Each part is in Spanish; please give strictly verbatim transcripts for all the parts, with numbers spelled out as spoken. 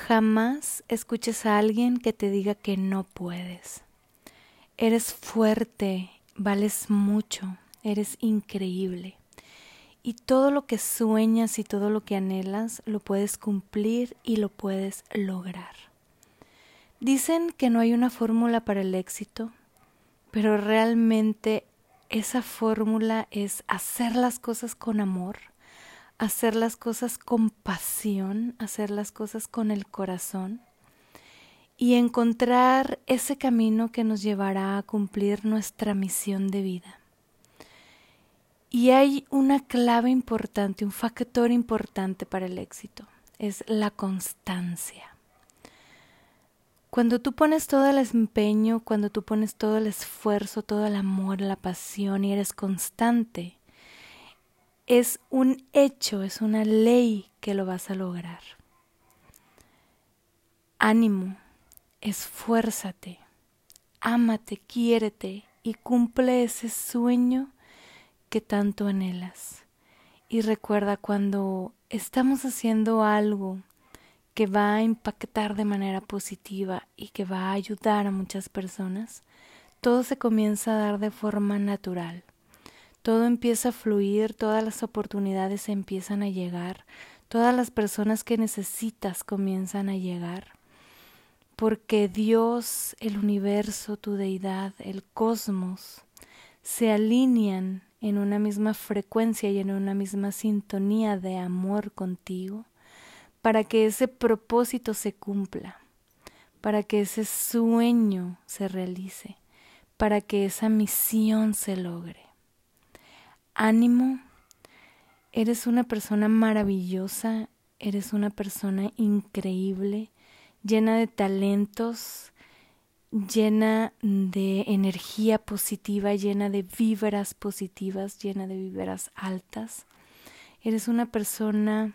jamás escuches a alguien que te diga que no puedes. Eres fuerte, vales mucho, eres increíble. Y todo lo que sueñas y todo lo que anhelas lo puedes cumplir y lo puedes lograr. Dicen que no hay una fórmula para el éxito, pero realmente esa fórmula es hacer las cosas con amor, hacer las cosas con pasión, hacer las cosas con el corazón y encontrar ese camino que nos llevará a cumplir nuestra misión de vida. Y hay una clave importante, un factor importante para el éxito, es la constancia. Cuando tú pones todo el empeño, cuando tú pones todo el esfuerzo, todo el amor, la pasión y eres constante, es un hecho, es una ley que lo vas a lograr. Ánimo, esfuérzate, ámate, quiérete y cumple ese sueño que tanto anhelas. Y recuerda, cuando estamos haciendo algo que va a impactar de manera positiva y que va a ayudar a muchas personas, todo se comienza a dar de forma natural. Todo empieza a fluir, todas las oportunidades empiezan a llegar, todas las personas que necesitas comienzan a llegar, porque Dios, el universo, tu deidad, el cosmos, se alinean en una misma frecuencia y en una misma sintonía de amor contigo, para que ese propósito se cumpla, para que ese sueño se realice, para que esa misión se logre. Ánimo, eres una persona maravillosa, eres una persona increíble, llena de talentos, llena de energía positiva, llena de vibras positivas, llena de vibras altas. Eres una persona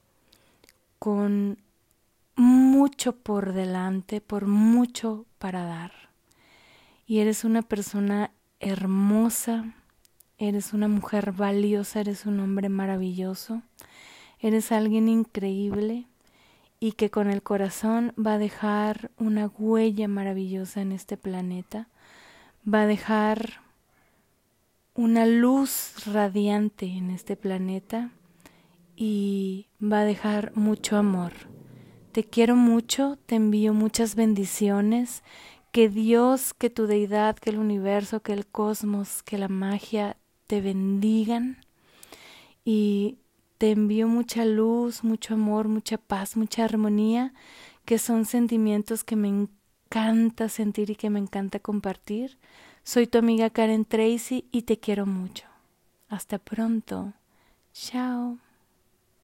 con mucho por delante, por mucho para dar. Y eres una persona hermosa, eres una mujer valiosa, eres un hombre maravilloso, eres alguien increíble y que con el corazón va a dejar una huella maravillosa en este planeta, va a dejar una luz radiante en este planeta y va a dejar mucho amor. Te quiero mucho, te envío muchas bendiciones, que Dios, que tu deidad, que el universo, que el cosmos, que la magia te bendigan y te envío mucha luz, mucho amor, mucha paz, mucha armonía, que son sentimientos que me encanta sentir y que me encanta compartir. Soy tu amiga Karen Tracy y te quiero mucho. Hasta pronto. Chao.